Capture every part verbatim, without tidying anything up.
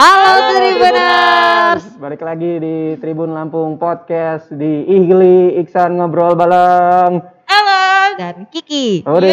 Halo Tribuners. Balik lagi di Tribun Lampung Podcast di Ihli Iksan Ngobrol Bareng Ellen dan Kiki. Ode.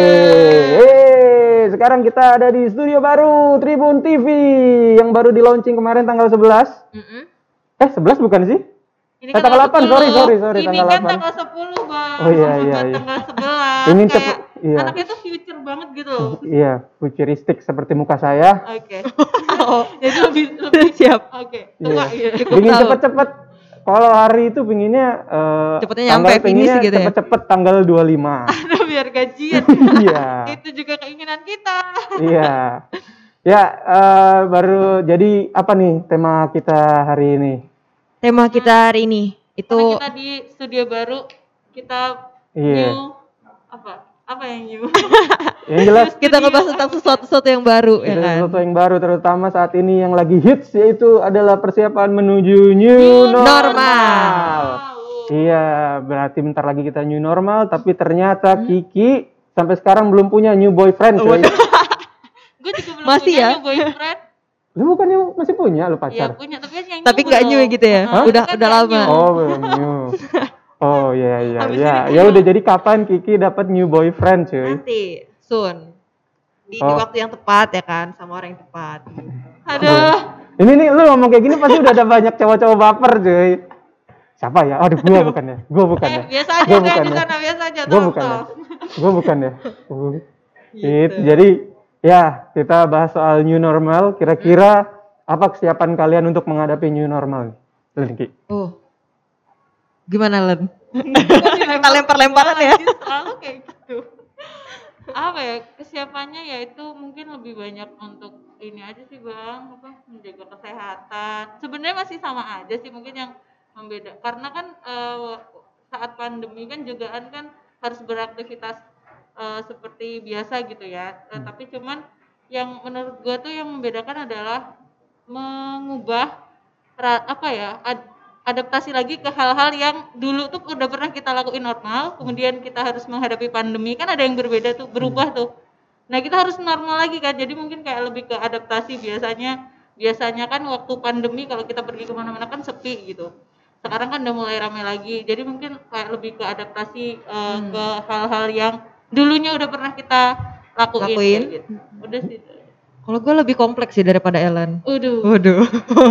Yeay. Sekarang kita ada di studio baru Tribun T V yang baru di launching kemarin tanggal sebelas. Mm-mm. Eh sebelas bukan sih? Ini Eh, tanggal delapan, sorry, sorry, sorry, Ini tanggal kan delapan. tanggal sepuluh, Bang. Oh, iya, iya, Bukan iya. tanggal sebelas. Ini Kayak cepet, iya. anaknya tuh future banget gitu loh. Iya, futuristik seperti muka saya. Oke. Oh, jadi lebih lebih Siap. Oke. Iya. Tua ya. Pingin tahu. cepet-cepet. Kalau hari itu pinginnya eh, Cepetnya tanggal nyampe finish pinginnya gitu ya? Cepet-cepet tanggal dua puluh lima. Aduh, biar gajian. Iya. Itu juga keinginan kita. Iya. Ya, eh, baru jadi apa nih tema kita hari ini? Tema kita hari ini itu Karena kita di studio baru, kita Iya. new apa? Apa yang new? Yang jelas kita ngebahas tentang sesuatu-sesuatu yang baru ya itu kan. sesuatu yang baru, terutama saat ini yang lagi hits, yaitu adalah persiapan menuju new New normal. normal. Iya, berarti bentar lagi kita new normal, tapi ternyata Kiki sampai sekarang belum punya new boyfriend, coy. Gue juga belum Masih punya ya? new boyfriend. Lu bukannya masih punya lu Iya pacar? punya, tapi yang Tapi new nggak belum. new gitu ya? Hah? Udah- Kan udah nggak lama. new. Oh, belum new. Oh, iya iya Habis iya. ini Ya new. udah, jadi kapan Kiki dapat new boyfriend, cuy? Nanti soon. Di, di Oh. waktu yang tepat ya kan, sama orang yang tepat. Aduh. Ini nih lu ngomong kayak gini pasti udah ada banyak cowok-cowok baper, cuy. Siapa ya? Aduh, gua bukan ya. Gua bukan Eh, ya. biasa aja Gua deh bukan di ya. sana, biasa aja. Gua Tolong, bukan ya. tolong. Gua bukan ya. Uh. Gitu. Gitu. Jadi ya, kita bahas soal new normal. Kira-kira apa kesiapan kalian untuk menghadapi new normal? Len, Ki. Oh. Gimana Len? Kita Kita lempar-lemparan ya. Selalu kayak gitu. Apa ya, kesiapannya yaitu mungkin lebih banyak untuk ini aja sih Bang, apa menjaga kesehatan. Sebenarnya masih sama aja sih, mungkin yang membeda karena kan eh, saat pandemi kan juga kan harus beraktivitas eh, seperti biasa gitu ya. Eh, tapi cuman yang menurut gua tuh yang membedakan adalah mengubah ra- apa ya ad- adaptasi lagi ke hal-hal yang dulu tuh udah pernah kita lakuin normal, kemudian kita harus menghadapi pandemi, kan ada yang berbeda tuh, berubah tuh. Nah kita harus normal lagi kan, jadi mungkin kayak lebih ke adaptasi. Biasanya biasanya kan waktu pandemi kalau kita pergi kemana-mana kan sepi gitu. Sekarang kan udah mulai ramai lagi, jadi mungkin kayak lebih ke adaptasi eh, ke hal-hal yang dulunya udah pernah kita lakuin. Lakuin. kayak gitu. Udah sih. Kalau gue lebih kompleks sih daripada Ellen. Udah. Waduh.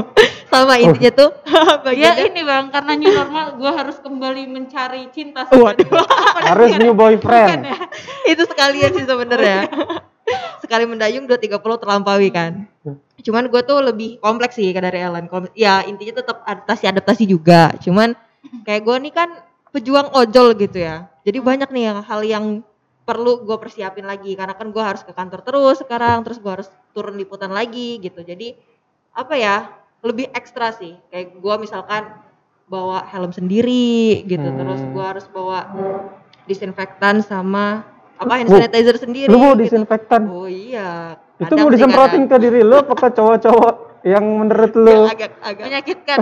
Sama intinya tuh Ya bagiannya ini bang, karena new normal, gue harus kembali mencari cinta. Waduh. sebenarnya. Harus new boyfriend. itu sekalian sih sebenarnya. Sekali mendayung dua tiga puluh terlampaui kan. Cuman gue tuh lebih kompleks sih dari Ellen. Kom- Ya intinya tetap adaptasi-adaptasi juga. Cuman kayak gue nih kan pejuang ojol gitu ya. Jadi banyak nih yang hal yang perlu gue persiapin lagi. Karena kan gue harus ke kantor terus sekarang. Terus gue harus turun liputan lagi gitu. Jadi apa ya, lebih ekstra sih. Kayak gue misalkan bawa helm sendiri gitu. Hmm. Terus gue harus bawa disinfektan sama apa hand Bu, sanitizer sendiri. Lu mau gitu. disinfektan? Oh iya. Itu Kadang mau sih, disemprotin kadang. ke diri lu apa ke cowok-cowok yang menurut lu? Ya, agak agak Menyakitkan.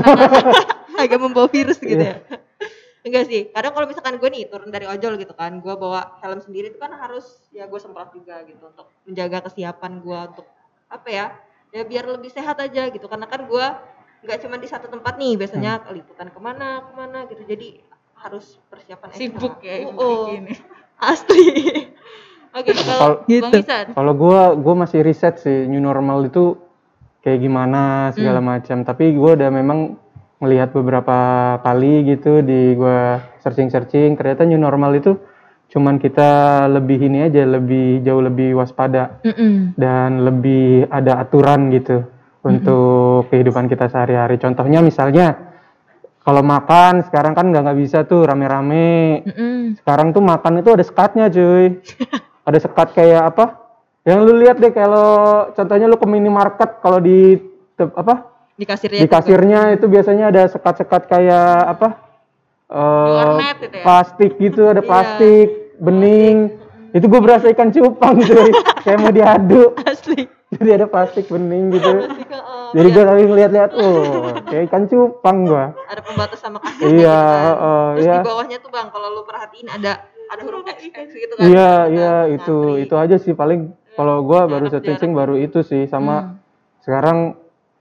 agak membawa virus gitu Iya. ya. Enggak sih. Kadang kalau misalkan gue nih turun dari ojol gitu kan, gue bawa helm sendiri itu kan harus ya gue semprot juga gitu untuk menjaga kesiapan gue untuk apa ya? Ya biar lebih sehat aja gitu. Karena kan gue nggak cuma di satu tempat nih, biasanya liputan kemana kemana gitu. Jadi harus persiapan ekstra. Sibuk ya ibu Oh, Kiki ini. asli. Oke, kalau Kalau- Bang Gitu. Isan. Kalau gua gua masih riset sih new normal itu kayak gimana segala Hmm. macam. Tapi gua udah memang melihat beberapa kali gitu di gua searching-searching, ternyata new normal itu cuman kita lebih ini aja, lebih jauh lebih waspada Mm-mm. dan lebih ada aturan gitu untuk kehidupan kita sehari-hari. Contohnya misalnya kalau makan sekarang kan nggak nggak bisa tuh rame-rame. Mm-mm. Sekarang tuh makan itu ada sekatnya, cuy. Ada sekat kayak apa? Yang lu lihat deh kalau contohnya lu ke minimarket, kalau di te- apa? Di kasirnya Di tuh, kasirnya itu biasanya ada sekat-sekat kayak apa? Eh, Warnet itu ya? plastik gitu, ada Iya. plastik bening. Itu gue berasa ikan cupang, cuy. Kayak mau diaduk. asli. Jadi ada plastik bening gitu. Heeh. Jadi gue lagi ngeliat-liat, oh, kayak ikan cupang gua. Ada pembatas sama kasirnya Iya, gitu kan. heeh, Terus iya. di bawahnya tuh Bang, kalau lu perhatiin ada ada huruf X, X gitu kan. Iya, Nah, iya itu ngantri. itu aja sih paling kalau gua baru Jarak-jarak. searching baru itu sih sama Hmm. sekarang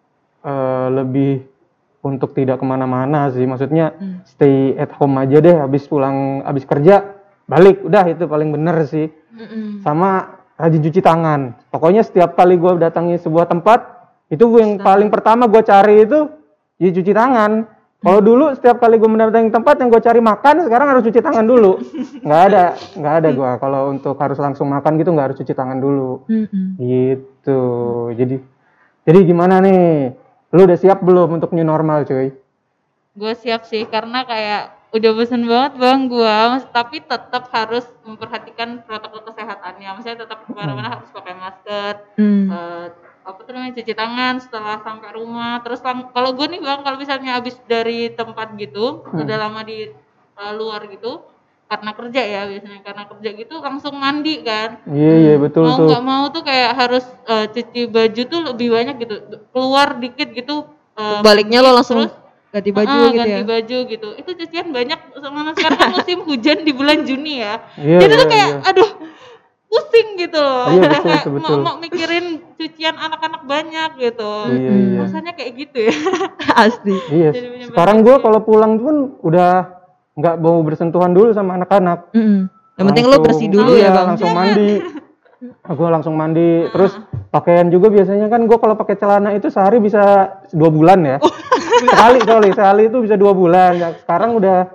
eh, lebih untuk tidak kemana-mana sih, maksudnya Hmm. stay at home aja deh, habis pulang, habis kerja balik, udah itu paling bener sih. Mm-mm. Sama rajin cuci tangan. Pokoknya setiap kali gue datangi sebuah tempat, itu yang paling pertama gue cari itu ya cuci tangan. Kalau dulu setiap kali gue mendatangi tempat yang gue cari makan, sekarang harus cuci tangan dulu. Nggak ada, nggak ada gue. Kalau untuk harus langsung makan gitu nggak harus cuci tangan dulu. Mm-mm. Gitu. Jadi, jadi gimana nih? Lu udah siap belum untuk new normal, cuy? Gue siap sih karena kayak udah bosen banget bang gua, Mas- tapi tetap harus memperhatikan protokol kesehatannya. Maksudnya tetap kemana-mana harus pakai masker, Mm. eh, apa tuh namanya cuci tangan setelah sampai rumah. Terus lang- kalau gue nih bang, kalau misalnya habis dari tempat gitu, Hmm. udah lama di eh, luar gitu, karena kerja ya biasanya karena kerja gitu langsung mandi kan. Iya, iya betul Mau tuh. nggak mau tuh kayak harus eh, cuci baju tuh lebih banyak gitu, keluar dikit gitu. eh, Baliknya lo langsung terus ganti baju Ah, gitu ganti ya. baju gitu. Itu cucian banyak sama sekarang kan musim hujan di bulan Juni ya. Iya, Jadi tuh iya, kayak iya. aduh pusing gitu loh. Iya, Udah betul, kayak betul, betul. mau, mau mikirin cucian anak-anak banyak gitu. Iya, Mm-mm. iya. Rasanya kayak gitu ya. Asli. Iya. Jadi punya Sekarang banyak gue sih. kalau pulang pun udah nggak mau bersentuhan dulu sama anak-anak. Mm-mm. Yang penting lo Langsung- bersih dulu iya, ya bang. langsung mandi. Gue langsung mandi. Terus pakaian juga biasanya kan gue kalau pakai celana itu sehari bisa dua bulan ya. sekali sorry, sekali itu bisa dua bulan. Ya, sekarang udah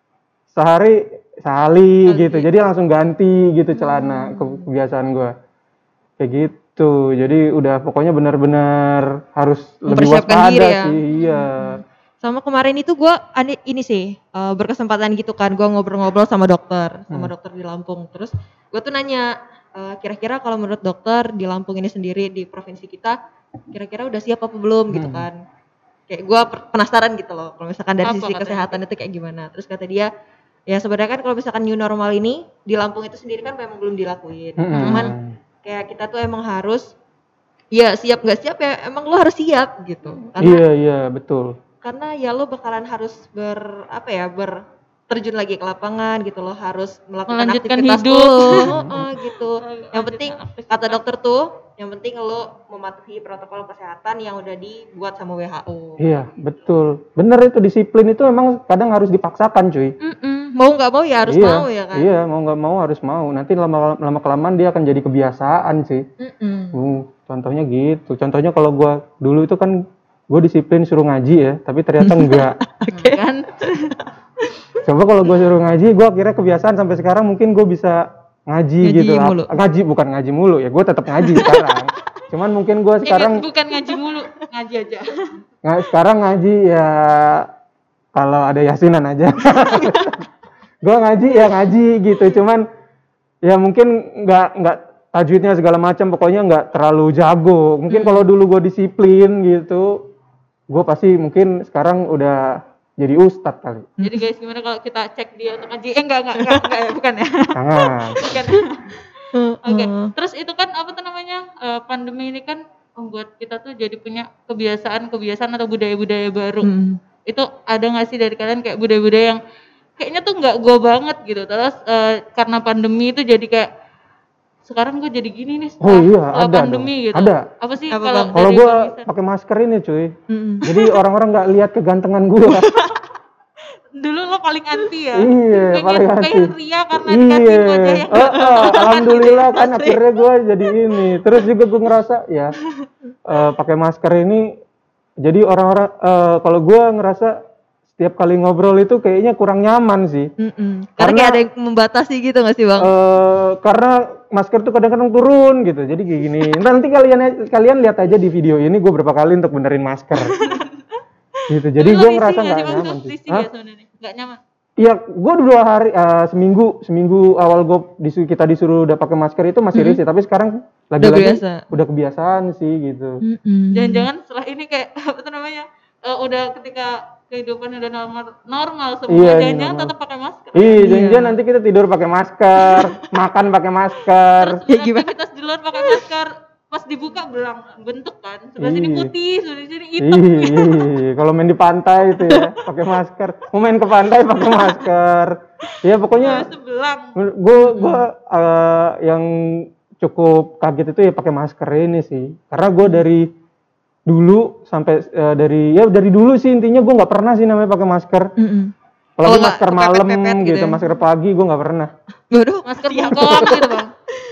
sehari sekali gitu. Jadi langsung ganti gitu celana. Ke- kebiasaan gue kayak gitu. Jadi udah pokoknya benar-benar harus lebih Mempersiapkan waspada diri ya. sih. Iya. Sama kemarin itu gue ini sih eh, berkesempatan gitu kan gue ngobrol-ngobrol sama dokter, sama Hmm. dokter di Lampung. Terus gue tuh nanya eh, kira-kira kalau menurut dokter di Lampung ini sendiri di provinsi kita kira-kira udah siap apa belum gitu Hmm. kan? Kayak gue penasaran gitu loh kalau misalkan dari Apa sisi katanya? kesehatan itu kayak gimana. Terus kata dia ya sebenarnya kan kalau misalkan new normal ini di Lampung itu sendiri kan memang belum dilakuin. Mm-mm. Cuman kayak kita tuh emang harus ya siap nggak siap ya emang lo harus siap gitu. Karena Iya, iya, betul. karena ya lo bakalan harus ber apa ya ber terjun lagi ke lapangan gitu lo harus melakukan Melanjutkan aktivitas hidup. lo Heeh, gitu yang Melanjutkan penting aktivitas. kata dokter tuh yang penting lo mematuhi protokol kesehatan yang udah dibuat sama W H O. Iya, betul. Bener itu disiplin itu emang kadang harus dipaksakan, cuy. Mm-mm. Mau nggak mau ya harus iya, mau ya kan. Iya, mau nggak mau harus mau. Nanti lama lama kelamaan dia akan jadi kebiasaan sih. Mm-mm. Hmm, contohnya gitu. Contohnya kalau gua dulu itu kan gue disiplin suruh ngaji ya, tapi ternyata enggak. Kan Coba kalau gue suruh ngaji, gue akhirnya kebiasaan sampai sekarang mungkin gue bisa ngaji, Ngaji gitu. mulu. Ap- Ngaji bukan ngaji mulu ya, gue tetap ngaji sekarang. Cuman mungkin gue ya, sekarang bukan ngaji mulu, ngaji aja. Nga- sekarang ngaji ya kalau ada yasinan aja. Gue ngaji ya ngaji gitu, cuman ya mungkin nggak nggak tajwidnya segala macam, pokoknya nggak terlalu jago. Mungkin kalau dulu gue disiplin gitu, gue pasti mungkin sekarang udah jadi ustadz kali. Jadi guys gimana kalau kita cek dia untuk ngaji? Eh enggak enggak enggak, enggak ya, bukan ya. Jangan. Bukan. Oke, terus itu kan apa tuh namanya eh, pandemi ini kan membuat kita tuh jadi punya kebiasaan-kebiasaan atau budaya-budaya baru. Mm. Itu ada nggak sih dari kalian kayak budaya-budaya yang kayaknya tuh nggak gue banget gitu. Terus eh, karena pandemi itu jadi kayak sekarang gue jadi gini nih setelah, Oh iya, setelah ada pandemi dong. gitu. Ada. Apa sih Apa, kalau Bang? Kalau dari gue Bang Isan? pakai masker ini cuy, Mm-mm. jadi orang-orang nggak lihat kegantengan gue. Dulu lo paling anti ya. Iya, pengen, paling anti. pengen ria karena dikasih Iya, wajah yang Eh, eh, alhamdulillah kan akhirnya gue jadi ini. Terus juga gue ngerasa ya eh, pakai masker ini, jadi orang-orang eh, kalau gue ngerasa setiap kali ngobrol itu kayaknya kurang nyaman sih. Mm-mm. Karena, Karena- kayak ada yang membatasi gitu nggak sih bang? Eh, karena masker tuh kadang-kadang turun gitu, jadi kayak gini. Ntar nanti kalian kalian lihat aja di video ini gue berapa kali untuk benerin masker. gitu. Jadi Tapi lo gue risih ngerasa nggak nggak sih, Bang? nyaman sih. Risih Hah? nggak sebenarnya? Nggak nyaman. Iya, gue dua hari, eh, seminggu, seminggu awal gue disu kita disuruh udah pakai masker itu masih risih, tapi sekarang lagi-lagi biasa. udah kebiasaan sih gitu. Mm-mm. Jangan-jangan setelah ini kayak apa tuh namanya? eh, udah ketika kehidupan udah normal normal semua, Iya, jangan-jangan normal. tetap pakai masker. Ih, jangan nanti kita tidur pakai masker, makan pakai masker. Terus beraktivitas di luar pakai masker, pas dibuka belang bentuk kan, sebelah sini Iya. putih, sebelah sini hitam. Ih, kalau main di pantai itu ya pakai masker. Mau main ke pantai pakai masker. Ya pokoknya Sebelah sebelang. gue gue eh, yang cukup kaget itu ya pakai masker ini sih. Karena gue dari dulu sampai uh, dari ya dari dulu sih intinya gue nggak pernah sih namanya pakai masker. Mm-mm. Apalagi Oh, masker nggak malam kepepet-pepet gitu, gitu ya? masker pagi gue nggak pernah. Waduh, Masker bungkong gitu bang.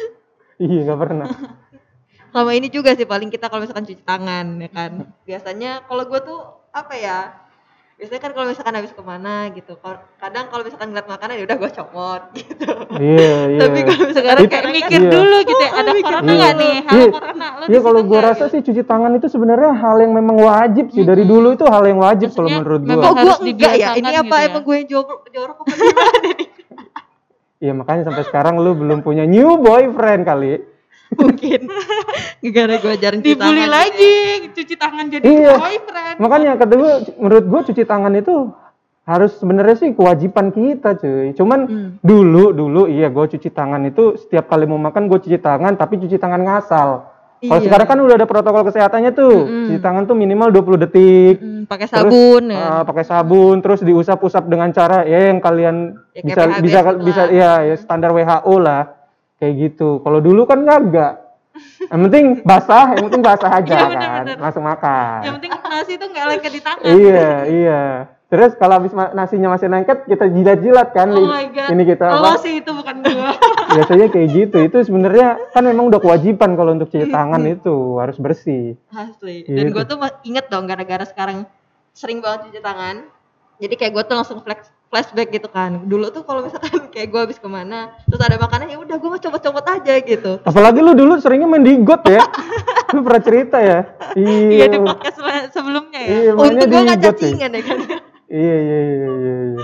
Iya nggak pernah. sama ini juga sih paling kita kalau misalkan cuci tangan ya kan. Biasanya kalau gue tuh apa ya? Biasanya kan kalau misalkan habis kemana gitu, kal- kadang kalau misalkan ngeliat makanan ya udah gue comot gitu. Iya iya. Tapi kalau misalkan Sekarang It- kayak kan- mikir iya. dulu gitu ya, ada mikir corona dulu. nggak nih? Halo Iya. corona, lo Iya di kalau situ gue nggak rasa gitu? sih cuci tangan itu sebenarnya hal yang memang wajib sih dari Mm-mm. dulu itu hal yang wajib kalau Maksudnya menurut gue. memang Oh gue harus enggak ya, ini dibiasakan apa gitu ya. emang gue yang jorok jorok apa gimana nih? Iya makanya sampai sekarang lu belum punya new boyfriend kali. Mungkin gara gue ajarin cuci Dibully tangan lagi, cuci tangan jadi Iya. boyfriend. Makanya kata gue, menurut gue cuci tangan itu harus sebenarnya sih kewajiban kita cuy. Cuman Hmm. dulu dulu iya gue cuci tangan itu setiap kali mau makan gue cuci tangan tapi cuci tangan ngasal. Kalau Iya. sekarang kan udah ada protokol kesehatannya tuh. Mm-mm. Cuci tangan tuh minimal dua puluh detik. Mm, pakai Terus, sabun ya. uh, pakai sabun terus diusap-usap dengan cara ya yang kalian Ya, kayak bisa P H B bisa gitu bisa lah. ya, ya standar W H O lah. Kayak gitu. Kalau dulu kan kagak. Yang penting basah, yang penting basah aja Iya, kan. bener-bener. Langsung makan. Yang penting nasi itu nggak lengket di tangan. Iya, iya. Terus kalau habis ma- nasinya masih lengket, kita jilat-jilat kan. Oh my god. Ini kita Lo apa? sih itu bukan gua. Biasanya kayak gitu. Itu sebenarnya kan memang udah kewajiban kalau untuk cuci tangan itu harus bersih. Asli. Gitu. Dan gue tuh ma- inget dong gara-gara sekarang sering banget cuci tangan. Jadi kayak gue tuh langsung flash, flashback gitu kan. Dulu tuh kalau misalkan kayak gue habis kemana, terus ada makanan ya udah gue mau copot-copot aja gitu. Apalagi lu dulu seringnya main di got ya. Lu pernah cerita ya? Iya di Iya. podcast se- sebelumnya ya. Iya, mainnya Untuk gue di nggak got ya. cacingan ya kan. Iya, iya, iya, iya. iya.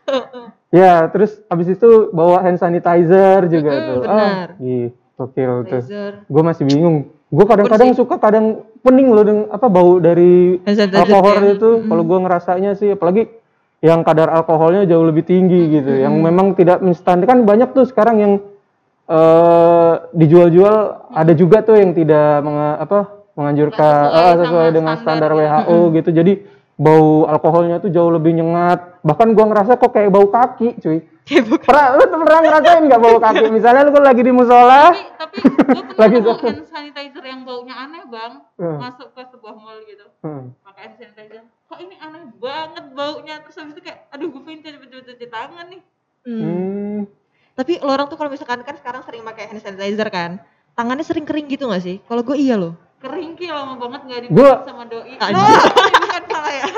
Ya, terus habis itu bawa hand sanitizer juga Mm-mm, tuh. benar. Ah, ih, gokil tuh. Laser. Gue masih bingung. Gue kadang-kadang Bersih. suka kadang pening loh dengan apa bau dari Hand sanitizer alkohol ya. itu. Kalau gue ngerasanya sih, apalagi yang kadar alkoholnya jauh lebih tinggi gitu. Yang memang tidak instan kan banyak tuh sekarang yang eh dijual-jual ada juga tuh yang tidak menga- apa menganjurkan Nggak sesuai eh, sama sesuai dengan standar standar gitu. W H O gitu. Jadi bau alkoholnya tuh jauh lebih nyengat. Bahkan gua ngerasa kok kayak bau kaki, cuy. Pernah lu tuh pernah ngerasain nggak bau kaki? Misalnya lu kan lagi di musola, Tapi tapi gue pernah Lagi nemu sama- hand sanitizer yang baunya aneh bang. Hmm. Masuk ke sebuah mall gitu. hmm, Pakai hand sanitizer. Kok ini aneh banget baunya. Terus habis itu kayak, aduh gue pengen cepet-cepet cuci tangan nih. Hmm. hmm, Tapi lo orang tuh kalau misalkan kan sekarang sering pakai hand sanitizer kan, tangannya sering kering gitu gak sih? Kalau gue iya loh. Kering ki lama banget nggak Gua- dibuat sama doi. Anjir. Oh, ini bukan salah ya.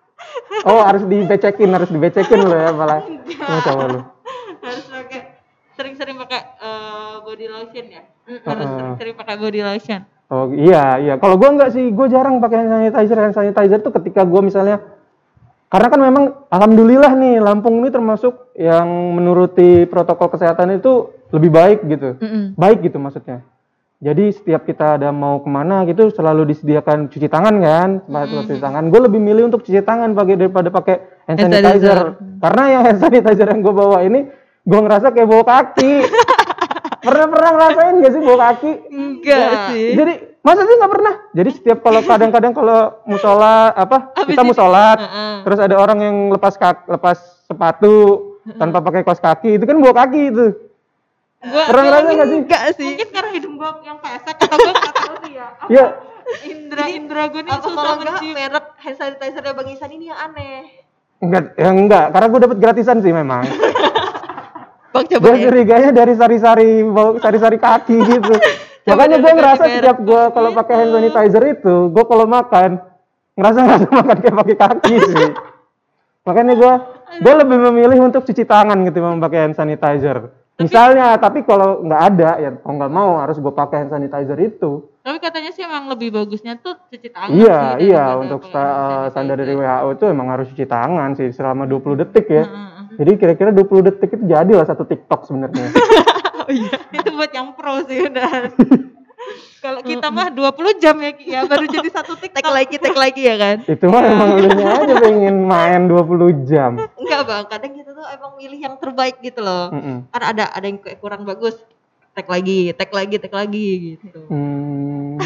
oh harus dibecekin, harus dibecekin lo ya malah. Oh, coba lu. Harus pakai sering-sering pakai eh, body lotion ya. Mm-mm. Harus Ah. sering-sering pakai body lotion. Oh iya iya. Kalau gua enggak sih, gua jarang pakai hand sanitizer. Hand sanitizer tuh ketika gua misalnya, karena kan memang alhamdulillah nih Lampung ini termasuk yang menuruti protokol kesehatan itu lebih baik gitu. Mm-mm. Baik gitu maksudnya. Jadi setiap kita ada mau kemana gitu selalu disediakan cuci tangan kan, tempat cuci tangan. Gue lebih milih untuk cuci tangan pakai daripada pakai hand Hand sanitizer. sanitizer. Karena yang hand sanitizer yang gue bawa ini, gue ngerasa kayak bawa kaki. pernah pernah ngerasain gak sih bawa kaki? Enggak sih. Jadi masa sih nggak pernah? Jadi setiap kalau kadang-kadang kalau musola apa Habis kita itu- musolat, Heeh. terus ada orang yang lepas kaki, lepas sepatu tanpa pakai kaos kaki, itu kan bawa kaki itu. Gua Pernah gua ngerasain mungkin- nggak sih? Enggak sih. Mungkin karena hidung gua yang pesek atau gua nggak tahu sih ya. Apa Iya. Indra Indra gua nih Apa susah kalau enggak mencium. merek hand sanitizernya Bang Isan ini yang aneh? Enggak, ya enggak, karena gue dapet gratisan sih memang. Bang coba Gue ya. curiganya dari sari-sari bau sari-sari kaki gitu. Makanya gue deh, ngerasa ganti merek. setiap gue kalau pakai hand sanitizer itu, gue kalau makan ngerasa ngerasa makan kayak pakai kaki sih. Makanya gue gue lebih memilih untuk cuci tangan gitu memakai hand sanitizer. Misalnya, tapi kalau nggak ada ya mau nggak mau harus gue pakai hand sanitizer itu. Tapi katanya sih emang lebih bagusnya tuh cuci tangan Iya, sih iya daripada untuk pakai sta- hand eh, standar dari W sanitizer. H O itu emang harus cuci tangan sih selama dua puluh detik ya. Heeh. Jadi kira-kira dua puluh detik itu jadilah satu TikTok sebenarnya. Oh iya. Itu buat yang pro sih udah. Kalau kita mah dua puluh jam ya Ki, ya baru jadi satu Tek TikTok. lagi, tek lagi ya kan? Itu mah emang elunya aja pengen main dua puluh jam. Enggak bang, kadang kita tuh emang milih yang terbaik gitu loh. Mm-mm. Kan ada ada yang kayak kurang bagus, tek lagi, tek lagi, tek lagi gitu. Hmm.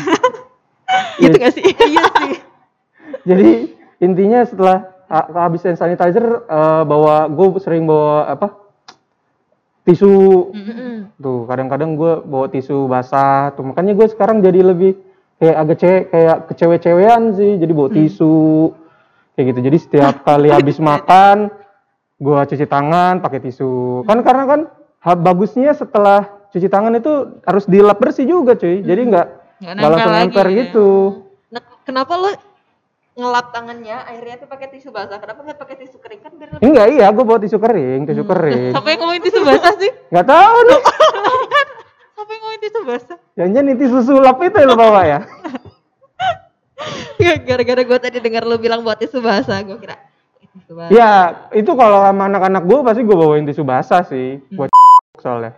Gitu gak sih? Iya sih. Jadi intinya setelah ha- habis hand sanitizer eh, bawa gue sering bawa apa tisu Mm-mm. tuh kadang-kadang gue bawa tisu basah tuh makanya gue sekarang jadi lebih kayak agak cewek kayak kecewe-cewean sih. Jadi bawa tisu kayak gitu. Jadi setiap kali habis makan gua cuci tangan pakai tisu. Kan karena kan ha- bagusnya setelah cuci tangan itu harus dilap bersih juga cuy. Jadi nggak Nggak nggak langsung nempel nempel lagi, gitu. Nah, kenapa lo ngelap tangannya akhirnya tuh pakai tisu basah? Kenapa nggak pakai tisu kering kan biar lebih Enggak, iya, gue bawa tisu kering, tisu kering. Siapa yang ngomongin tisu basah sih? Nggak tahu nih. Siapa yang ngomongin tisu basah? Jangan ini tisu sulap itu yang lo bawa ya. Nggak, gara-gara gue tadi dengar lo bilang buat tisu basah, gue kira "Eh, tisu basah." Ya, itu kalau sama anak-anak gue pasti gue bawain tisu basah sih, buat soalnya.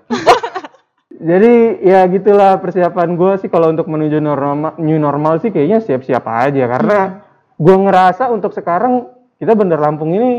Jadi ya gitulah persiapan gue sih kalau untuk menuju normal, new normal sih kayaknya siap-siap aja karena gue ngerasa untuk sekarang kita Bandar Lampung ini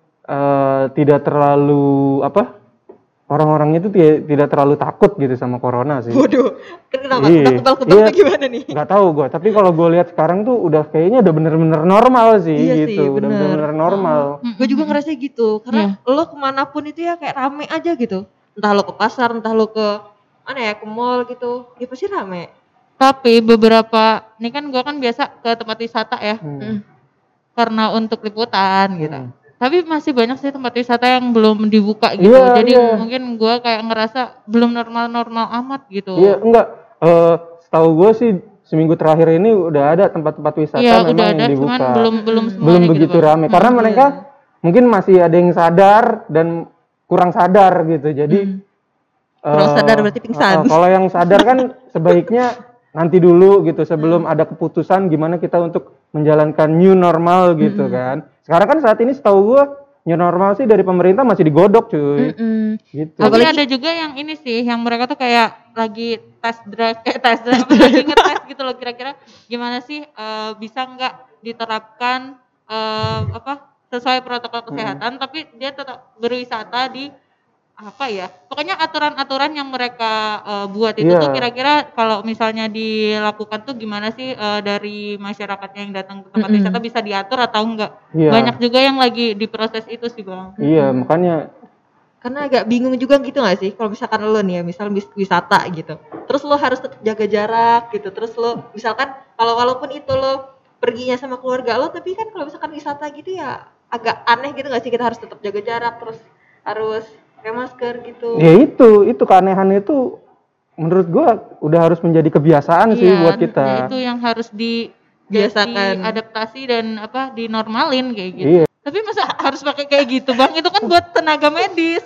eh, tidak terlalu apa orang-orang itu ti- tidak terlalu takut gitu sama corona sih. Waduh, kenapa? Iya, Udah kebal-kebal iya. tuh gimana nih? Nggak tahu gue, tapi kalau gue lihat sekarang tuh udah kayaknya udah bener-bener normal sih Iya sih, gitu, udah bener. bener-bener normal. Gue juga ngerasa gitu, karena lo kemanapun itu ya kayak rame aja gitu. Entah lo ke pasar, entah lo ke mana ya, ke mall gitu, ya pasti rame. Tapi beberapa, ini kan gua kan biasa ke tempat wisata ya, Hmm. karena untuk liputan gitu. Hmm. Tapi masih banyak sih tempat wisata yang belum dibuka gitu. Iya, Jadi iya. mungkin gua kayak ngerasa belum normal-normal amat gitu. Iya, enggak. Eh, setahu gue sih seminggu terakhir ini udah ada tempat-tempat wisata Iya, memang udah ada, yang dibuka. cuman belum belum belum semuanya gitu, begitu Bang. rame karena mereka mungkin masih ada yang sadar dan kurang sadar gitu. Jadi Kurang eh, sadar berarti pingsan. eh, kalau yang sadar kan sebaiknya nanti dulu gitu sebelum ada keputusan gimana kita untuk menjalankan new normal gitu kan. Sekarang kan saat ini setahu gue new normal sih dari pemerintah masih digodok cuy. Mm-mm. Gitu. Tapi Apalagi- ada juga yang ini sih, yang mereka tuh kayak lagi tes drive, eh tes drive, apa, lagi ngetes gitu loh, kira-kira gimana sih eh, bisa nggak diterapkan eh, apa sesuai protokol kesehatan, tapi dia tetap berwisata di apa ya, pokoknya aturan-aturan yang mereka eh, buat itu Iya. tuh kira-kira kalau misalnya dilakukan tuh gimana sih eh, dari masyarakatnya yang datang ke tempat Mm-mm. wisata bisa diatur atau enggak? Iya. Banyak juga yang lagi diproses itu sih bang. Iya, makanya Karena agak bingung juga gitu gak sih kalau misalkan lo nih ya, misal bis- wisata gitu. Terus lo harus tetap jaga jarak gitu. Terus lo misalkan kalau walaupun itu lo perginya sama keluarga lo, tapi kan kalau misalkan wisata gitu ya agak aneh gitu gak sih, kita harus tetap jaga jarak, terus harus pakai masker gitu. ya itu itu keanehan itu menurut gua udah harus menjadi kebiasaan sih Iya, buat kita. ya itu yang harus di Biasakan. adaptasi dan apa dinormalin kayak gitu. Iya. Tapi masa harus pakai kayak gitu bang? Itu kan buat tenaga medis.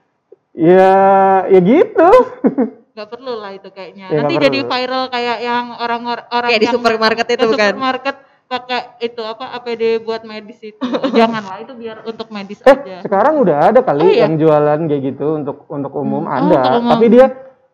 Ya, ya gitu. Gak perlu lah itu kayaknya. Ya, Nanti nggak jadi perlu. viral kayak yang orang-orang orang Kayak di yang supermarket ke itu bukan? supermarket pakai itu apa A P D buat medis itu. Janganlah, itu biar untuk medis Eh, aja. sekarang udah ada kali Oh, iya? yang jualan kayak gitu untuk untuk umum Hmm. Oh, ada. untuk umum. Tapi dia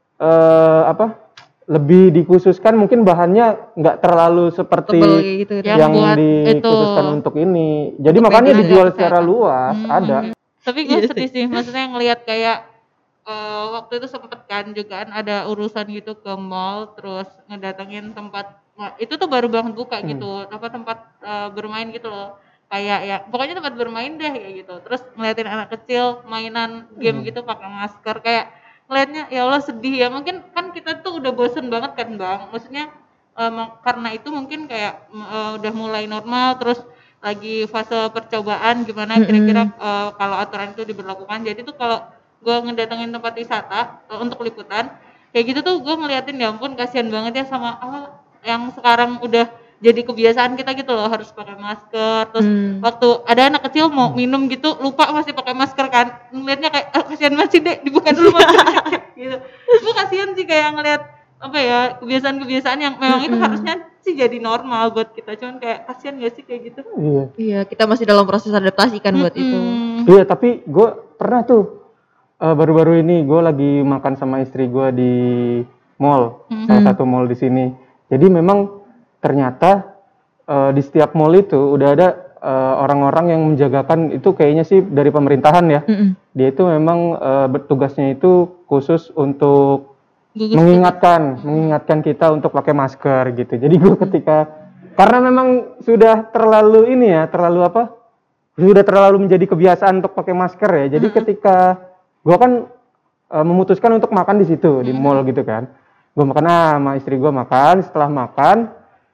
eh, apa? Lebih dikhususkan mungkin bahannya nggak terlalu seperti Tebel kayak gitu. Yang yang, buat dikhususkan itu. untuk ini. Jadi Untuk makanya media dijual kesehatan. secara luas, Hmm. ada. Tapi gue Iya sedih sih, maksudnya ngelihat kayak eh, waktu itu sempet kan juga kan ada urusan gitu ke mall, terus ngedatengin tempat, nah, itu tuh baru banget buka Hmm. gitu, apa tempat eh, bermain gitu loh, kayak ya pokoknya tempat bermain deh kayak gitu, terus ngeliatin anak kecil mainan game Hmm. gitu pakai masker, kayak ngeliatnya ya Allah sedih ya, mungkin kan kita tuh udah bosen banget kan bang, maksudnya eh, mak- karena itu mungkin kayak eh, udah mulai normal, terus lagi fase percobaan gimana kira-kira eh, kalau aturan itu diberlakukan. Jadi tuh kalau gue ngedatengin tempat wisata eh, untuk liputan kayak gitu tuh gue ngeliatin ya ampun kasihan banget ya sama ah, yang sekarang udah jadi kebiasaan kita gitu loh harus pakai masker, terus Hmm. waktu ada anak kecil mau minum gitu lupa masih pakai masker kan, ngeliatnya kayak ah, kasihan masih deh dibuka dulu maskernya gitu. Gue kasihan sih kayak ngeliat apa ya kebiasaan-kebiasaan yang memang itu harusnya sih jadi normal buat kita, cuman kayak kasihan gak sih kayak gitu. Iya. Iya, kita masih dalam proses adaptasi kan buat itu. Hmm. Iya, tapi gue pernah tuh eh, baru-baru ini gue lagi makan sama istri gue di mall, salah satu mall di sini. Jadi memang ternyata eh, di setiap mall itu udah ada eh, orang-orang yang menjagakan itu kayaknya sih dari pemerintahan ya. Mm-mm. Dia itu memang eh, bertugasnya itu khusus untuk Gugus mengingatkan, mengingatkan kita untuk pakai masker gitu. Jadi gue ketika karena memang sudah terlalu ini ya, terlalu apa? Sudah terlalu menjadi kebiasaan untuk pakai masker ya. Jadi ketika gue kan eh, memutuskan untuk makan di situ di mall gitu kan. Gue makan ah, sama istri gue makan. Setelah makan,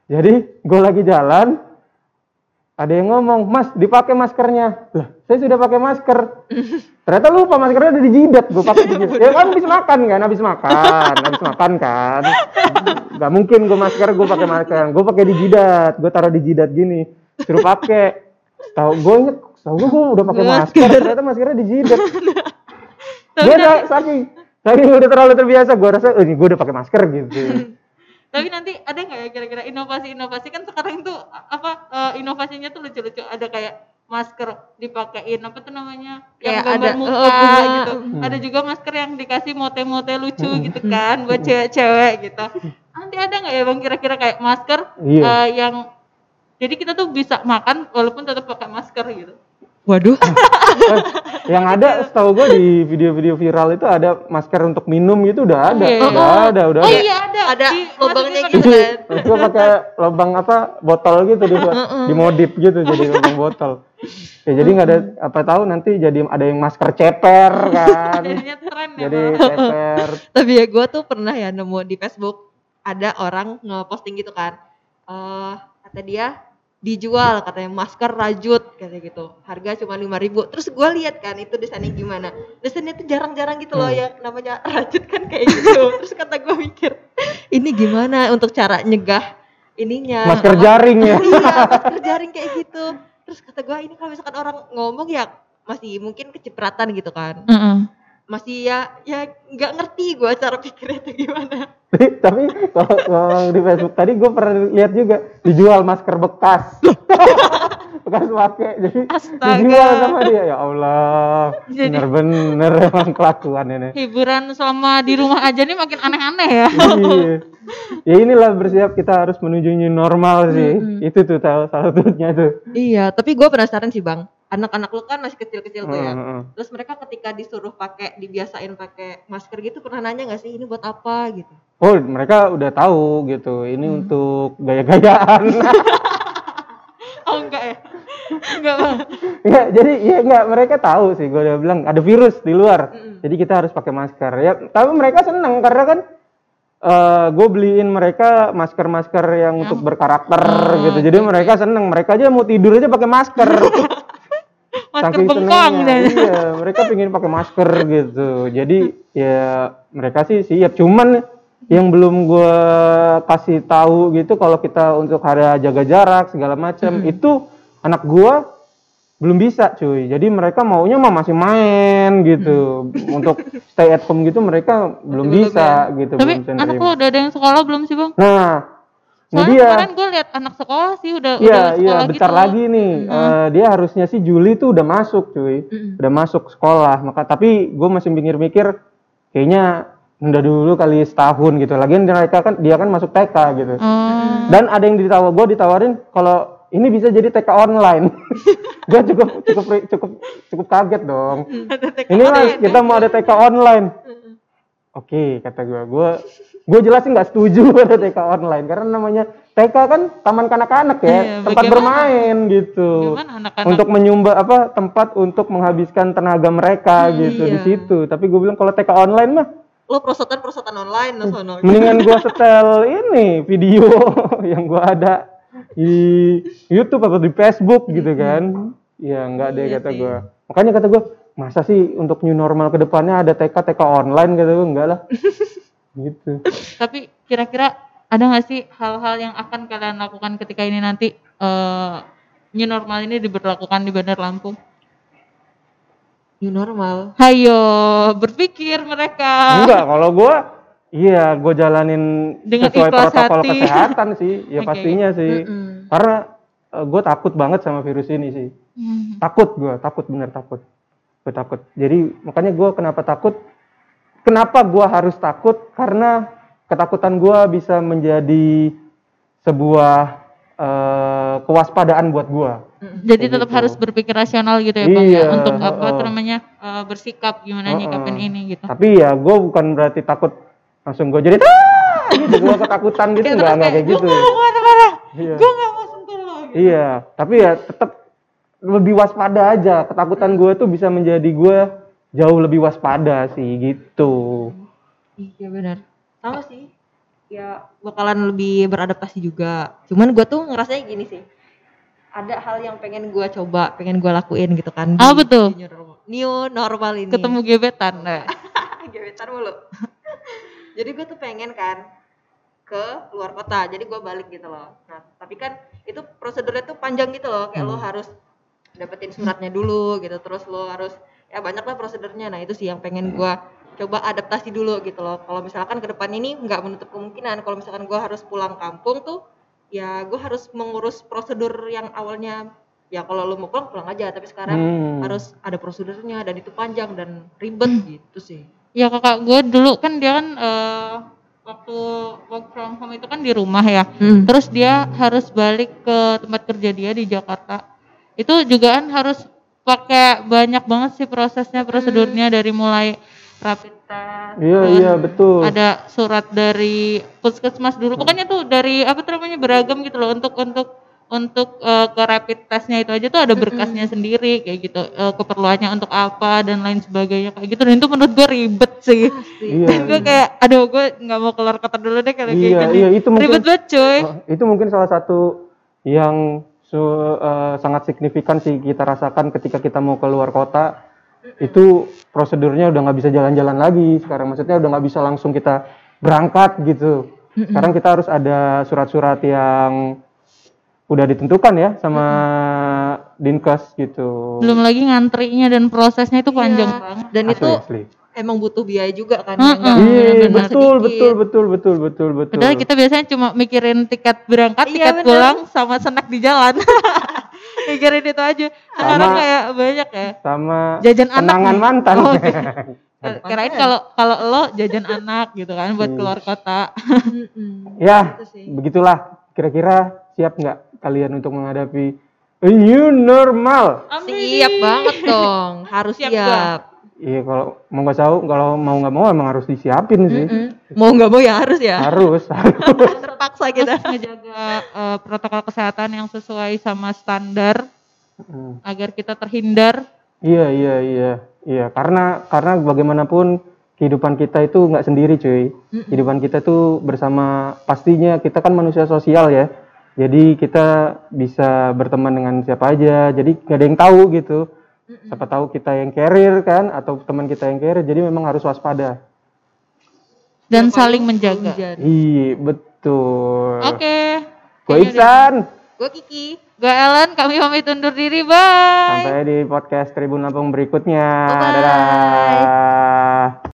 Jadi gue lagi jalan, ada yang ngomong, Mas dipakai maskernya. Lah, saya sudah pakai masker. Ternyata lupa maskernya udah di jidat. Gue pakai di jidat. Ya kan habis makan kan, habis makan, habis makan kan. Gak mungkin gue masker, gue pakai masker. Gue pakai di jidat, gue taruh di jidat gini. Suruh pakai. Tahu gue inget, tahu gue udah pakai masker. Ternyata maskernya di jidat. Gue udah saking, saking udah terlalu terbiasa. Gue rasa, oh, ini gue udah pakai masker gitu. Tapi nanti ada nggak ya kira-kira inovasi-inovasi, kan sekarang tuh apa uh, inovasinya tuh lucu-lucu, ada kayak masker dipakein apa tuh namanya yang Kayak gambar ada, muka oh, bunga. gitu. Hmm. Ada juga masker yang dikasih mote-mote lucu gitu kan buat cewek-cewek gitu. Nanti ada nggak ya Bang kira-kira kayak masker Iya. uh, yang jadi kita tuh bisa makan walaupun tetap pakai masker gitu. Waduh. Yang ada setahu gue di video-video viral itu ada masker untuk minum gitu udah ada, Iya. udah ada, udah Oh ada. iya ada. Ada Di- lubangnya masukin gitu pakai- kan. Gue pakai lubang apa botol gitu di dimodif gitu jadi lubang botol. Ya jadi nggak ada apa tahu nanti jadi ada yang masker ceper kan. Jadinya tren ya Jadi Bang. ceper. Tapi ya gue tuh pernah ya nemu di Facebook ada orang nge-posting gitu kan. Eh kata dia dijual katanya masker rajut kayak gitu. Harga cuma lima ribu. Terus gue lihat kan itu desainnya gimana. Desainnya tuh jarang-jarang gitu loh Hmm. yang namanya rajut kan kayak gitu. Terus kata gue mikir, ini gimana untuk cara nyegah ininya. Masker apa- jaring ya. Iya, masker jaring kayak gitu. Terus kata gue ini kalau misalkan orang ngomong ya masih mungkin kecipratan gitu kan. Mm-mm. Masih ya ya nggak ngerti gue cara pikirnya itu gimana. Tapi kalau kalau di Facebook tadi gue pernah lihat juga dijual masker bekas. Bekas pakai jadi Astaga. dijual sama dia ya Allah. Jadi- Bener-bener emang kelakuan ini. Hiburan selama di rumah aja nih makin aneh-aneh ya. Iya. Ya inilah bersiap kita harus menuju new normal sih. Itu tuh salah salah satunya tuh. Iya, tapi gue penasaran sih bang. Anak-anak lu kan masih kecil-kecil tuh ya. Heeh. Terus mereka ketika disuruh pakai, dibiasain pakai masker gitu, pernah nanya nggak sih ini buat apa gitu? Oh, mereka udah tahu gitu. Ini untuk gaya-gayaan. Oh enggak ya? Enggak Bang. Enggak, jadi ya enggak mereka tahu sih. Gue udah bilang ada virus di luar. Jadi kita harus pakai masker. Ya, tapi mereka seneng karena kan eh gue beliin mereka masker-masker yang untuk berkarakter gitu. Jadi mereka seneng. Mereka aja mau tidur aja pakai masker. Masker Saking bengkong senengnya. dan. Iya, mereka pengen pakai masker gitu. Jadi ya mereka sih siap. Cuman yang belum gue kasih tahu gitu kalau kita untuk hari jaga jarak segala macam itu anak gue belum bisa cuy. Jadi mereka maunya mah masih main gitu. Untuk stay at home gitu mereka belum belum bisa gitu. Tapi belum bisa anak nerima. lu udah ada yang sekolah belum sih Bang? Nah, ini Soalnya dia. kemarin gue lihat anak sekolah sih udah Iya, udah iya, sekolah bentar gitu. lagi nih. Eh, dia harusnya sih Juli tuh udah masuk, cuy. Udah masuk sekolah. Maka tapi gue masih mikir-mikir kayaknya udah dulu kali setahun gitu. Lagian mereka kan dia kan masuk T K gitu. Oh. Dan ada yang ditawar, gue ditawarin kalau ini bisa jadi T K online. Gue cukup cukup cukup cukup kaget dong. Ini mas kita mau ada T K online. Oke, kata gue, gue gue jelasin nggak setuju ada T K online karena namanya T K kan taman kanak-kanak ya, Iya, tempat bagaimana? bermain gitu. Gimana anak-anak? Untuk menyumbang apa tempat untuk menghabiskan tenaga mereka gitu di iya. situ. Tapi gue bilang kalau T K online mah Lo prosotan-prosotan online lo sono. mendingan gue setel ini video yang gue ada di YouTube atau di Facebook gitu kan. Ya enggak deh Iya kata sih. gue. Makanya kata gue, masa sih untuk new normal ke depannya ada T K T K online kata gue, enggak lah. Gitu. Tapi kira-kira ada nggak sih hal-hal yang akan kalian lakukan ketika ini nanti eh new normal ini diberlakukan di Bandar Lampung? New normal. Hayo berpikir mereka. Enggak, kalau gue iya, gue jalanin Dengan sesuai ikhlas protokol hati. kesehatan sih. Ya Oke. pastinya sih. Mm-mm. Karena gue takut banget sama virus ini sih. Hmm. Takut gue, takut bener takut. Gue takut. Jadi makanya gue kenapa takut? Kenapa gue harus takut? Karena ketakutan gue bisa menjadi sebuah eh, kewaspadaan buat gue. Jadi Kayak tetap gitu. harus berpikir rasional gitu ya Bang Iya, ya, untuk apa heeh. tuh namanya eh, bersikap gimana Heeh. nyikapin ini gitu. Tapi ya gue bukan berarti takut langsung gue jadi "Ah!" gitu, gue ketakutan gitu, Kayak enggak terus enggak kayak Gue gitu. nggak mau kemana-mana, Iya. gue nggak mau sentuh lo. Gitu. Iya, tapi ya tetap lebih waspada aja. Ketakutan gue tuh bisa menjadi gue jauh lebih waspada sih gitu. Iya benar. Sama sih. ya bakalan lebih beradaptasi juga. Cuman gue tuh ngerasanya gini sih, ada hal yang pengen gue coba, pengen gue lakuin gitu kan. Ah, betul. New normal, new normal ini. Ketemu gebetan. Nah. Gebetan mulu. Jadi gue tuh pengen kan ke luar kota, jadi gue balik gitu loh. Nah tapi kan itu prosedurnya tuh panjang gitu loh, kayak Hmm. lo harus dapetin suratnya dulu gitu, terus lo harus ya banyak lah prosedurnya. Nah itu sih yang pengen gue coba adaptasi dulu gitu loh. Kalau misalkan ke depan ini nggak menutup kemungkinan kalau misalkan gue harus pulang kampung tuh, ya gue harus mengurus prosedur yang awalnya ya kalau lo mau pulang pulang aja, tapi sekarang Hmm. harus ada prosedurnya dan itu panjang dan ribet gitu sih. Ya kakak gue dulu kan dia kan eh, waktu work from home itu kan di rumah ya. Hmm. Terus dia harus balik ke tempat kerja dia di Jakarta. Itu juga kan harus pakai banyak banget sih prosesnya, prosedurnya dari mulai rapid test. Iya, terus iya, betul. Ada surat dari puskesmas dulu. Pokoknya tuh dari apa tuh namanya beragam gitu loh untuk untuk untuk eh, ke rapid testnya itu aja tuh ada berkasnya sendiri kayak gitu, eh, keperluannya untuk apa dan lain sebagainya kayak gitu. Dan itu menurut gue ribet sih. Iya. Dan gue kayak aduh gue nggak mau keluar kota dulu deh kalau kayak Iya, gini. iya, itu mungkin- Ribet banget cuy. Oh, itu mungkin salah satu yang su- eh, sangat signifikan sih kita rasakan ketika kita mau keluar kota. Itu prosedurnya udah nggak bisa jalan-jalan lagi sekarang, maksudnya udah nggak bisa langsung kita berangkat gitu. Sekarang kita harus ada surat-surat yang udah ditentukan ya sama Dinkes gitu. Belum lagi ngantrinya dan prosesnya itu panjang Iya. banget. Dan Asli, itu asli. emang butuh biaya juga kan. Heeh. yang nggak- Iya, benar-benar betul, sedikit. betul, betul, betul, betul, betul. Padahal kita biasanya cuma mikirin tiket berangkat, Iya, tiket bener. pulang, sama snack di jalan. Mikirin itu aja. Sekarang Sama- kayak banyak ya. sama Jajan anak kenangan nih. mantan. Oh, oke. Kirain kalau kalau lo jajan anak gitu kan buat Hmm. keluar kota. Mm-mm. Ya, Itu sih. begitulah. Kira-kira siap nggak kalian untuk menghadapi a new normal? Siap banget dong, harus Siap siap. gua. Iya, kalau mau nggak tahu, kalau mau nggak mau emang harus disiapin sih. Mm-mm. Mau nggak mau ya harus ya. Harus, harus. Terpaksa Terus kita. ngejaga eh, protokol kesehatan yang sesuai sama standar Hmm. agar kita terhindar. Iya, iya, iya, iya. Karena karena bagaimanapun kehidupan kita itu nggak sendiri, cuy. Kehidupan kita tuh bersama, pastinya kita kan manusia sosial ya. Jadi kita bisa berteman dengan siapa aja. Jadi nggak ada yang tahu gitu. Siapa tahu kita yang carrier kan, atau teman kita yang carrier. Jadi memang harus waspada. Dan Yang saling paling menjaga. hujan. Iya, betul. Oke. Gue Iksan. Gue Kiki. Gue Ellen, kami pamit undur diri. Bye. Sampai di podcast Tribun Lampung berikutnya. Bye-bye. Dadah.